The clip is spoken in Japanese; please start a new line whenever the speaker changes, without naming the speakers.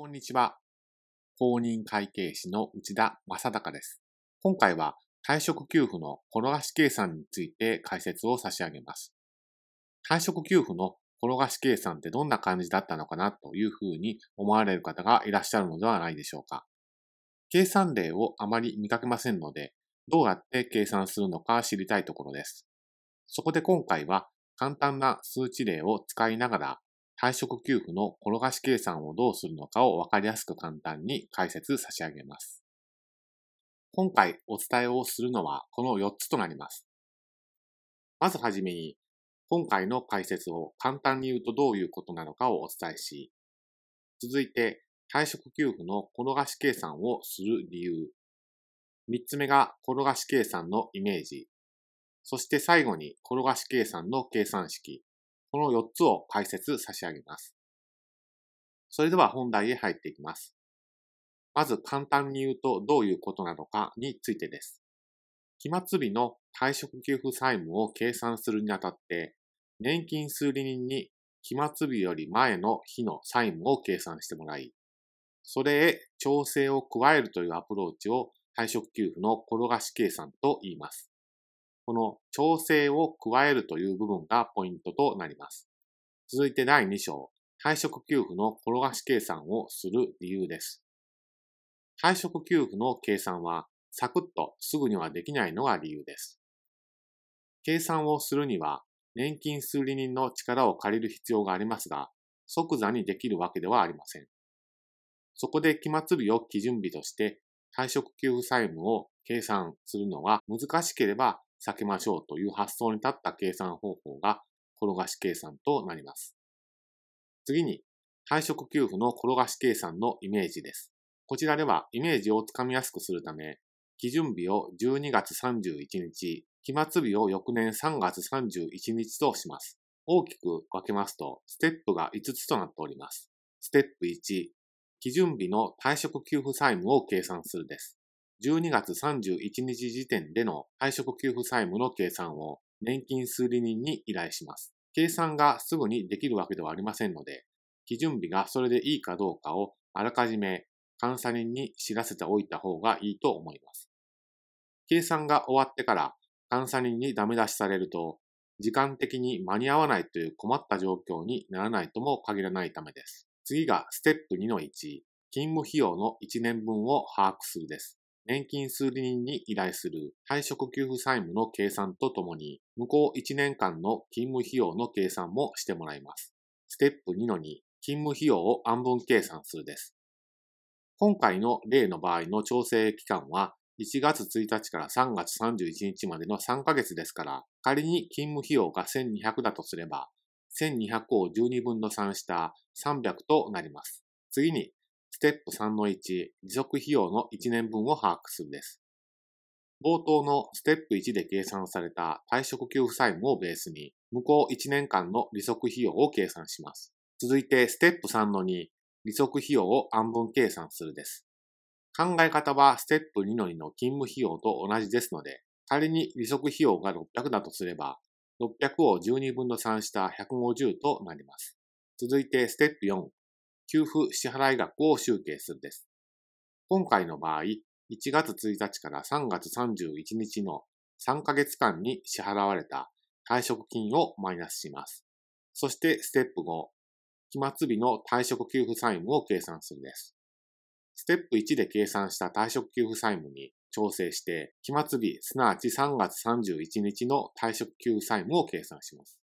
こんにちは。公認会計士の内田正孝です。今回は退職給付の転がし計算について解説を差し上げます。退職給付の転がし計算ってどんな感じだったのかなというふうに思われる方がいらっしゃるのではないでしょうか。計算例をあまり見かけませんので、どうやって計算するのか知りたいところです。そこで今回は簡単な数値例を使いながら退職給付の転がし計算をどうするのかを分かりやすく簡単に解説差し上げます。今回お伝えをするのはこの4つとなります。まずはじめに、今回の解説を簡単に言うとどういうことなのかをお伝えし、続いて退職給付の転がし計算をする理由、3つ目が転がし計算のイメージ、そして最後に転がし計算の計算式、この4つを解説差し上げます。それでは本題へ入っていきます。まず簡単に言うとどういうことなのかについてです。期末日の退職給付債務を計算するにあたって、年金数理人に期末日より前の日の債務を計算してもらい、それへ調整を加えるというアプローチを退職給付の転がし計算と言います。この調整を加えるという部分がポイントとなります。続いて第2章、退職給付の転がし計算をする理由です。退職給付の計算はサクッとすぐにはできないのが理由です。計算をするには年金数理人の力を借りる必要がありますが、即座にできるわけではありません。そこで期末日を基準日として退職給付債務を計算するのは難しければ避けましょうという発想に立った計算方法が転がし計算となります。次に、退職給付の転がし計算のイメージです。こちらではイメージをつかみやすくするため、基準日を12月31日、期末日を翌年3月31日とします。大きく分けますと、ステップが5つとなっております。ステップ1、基準日の退職給付債務を計算するです。12月31日時点での退職給付債務の計算を年金数理人に依頼します。計算がすぐにできるわけではありませんので、基準日がそれでいいかどうかをあらかじめ監査人に知らせておいた方がいいと思います。計算が終わってから監査人にダメ出しされると、時間的に間に合わないという困った状況にならないとも限らないためです。次がステップ2の1、勤務費用の1年分を把握するです。年金数理人に依頼する退職給付債務の計算とともに、向こう1年間の勤務費用の計算もしてもらいます。ステップ2の2、勤務費用を案分計算するです。今回の例の場合の調整期間は1月1日から3月31日までの3ヶ月ですから、仮に勤務費用が1200だとすれば、1200を12分の3した300となります。次に、ステップ3の1、持続費用の1年分を把握するです。冒頭のステップ1で計算された退職給付債務をベースに、向こう1年間の利息費用を計算します。続いて、ステップ3の2、利息費用を案分計算するです。考え方はステップ2の2の勤務費用と同じですので、仮に利息費用が600だとすれば、600を12分の3した150となります。続いてステップ4、給付支払額を集計するです。今回の場合、1月1日から3月31日の3ヶ月間に支払われた退職金をマイナスします。そしてステップ5、期末日の退職給付債務を計算するです。ステップ1で計算した退職給付債務に調整して、期末日、すなわち3月31日の退職給付債務を計算します。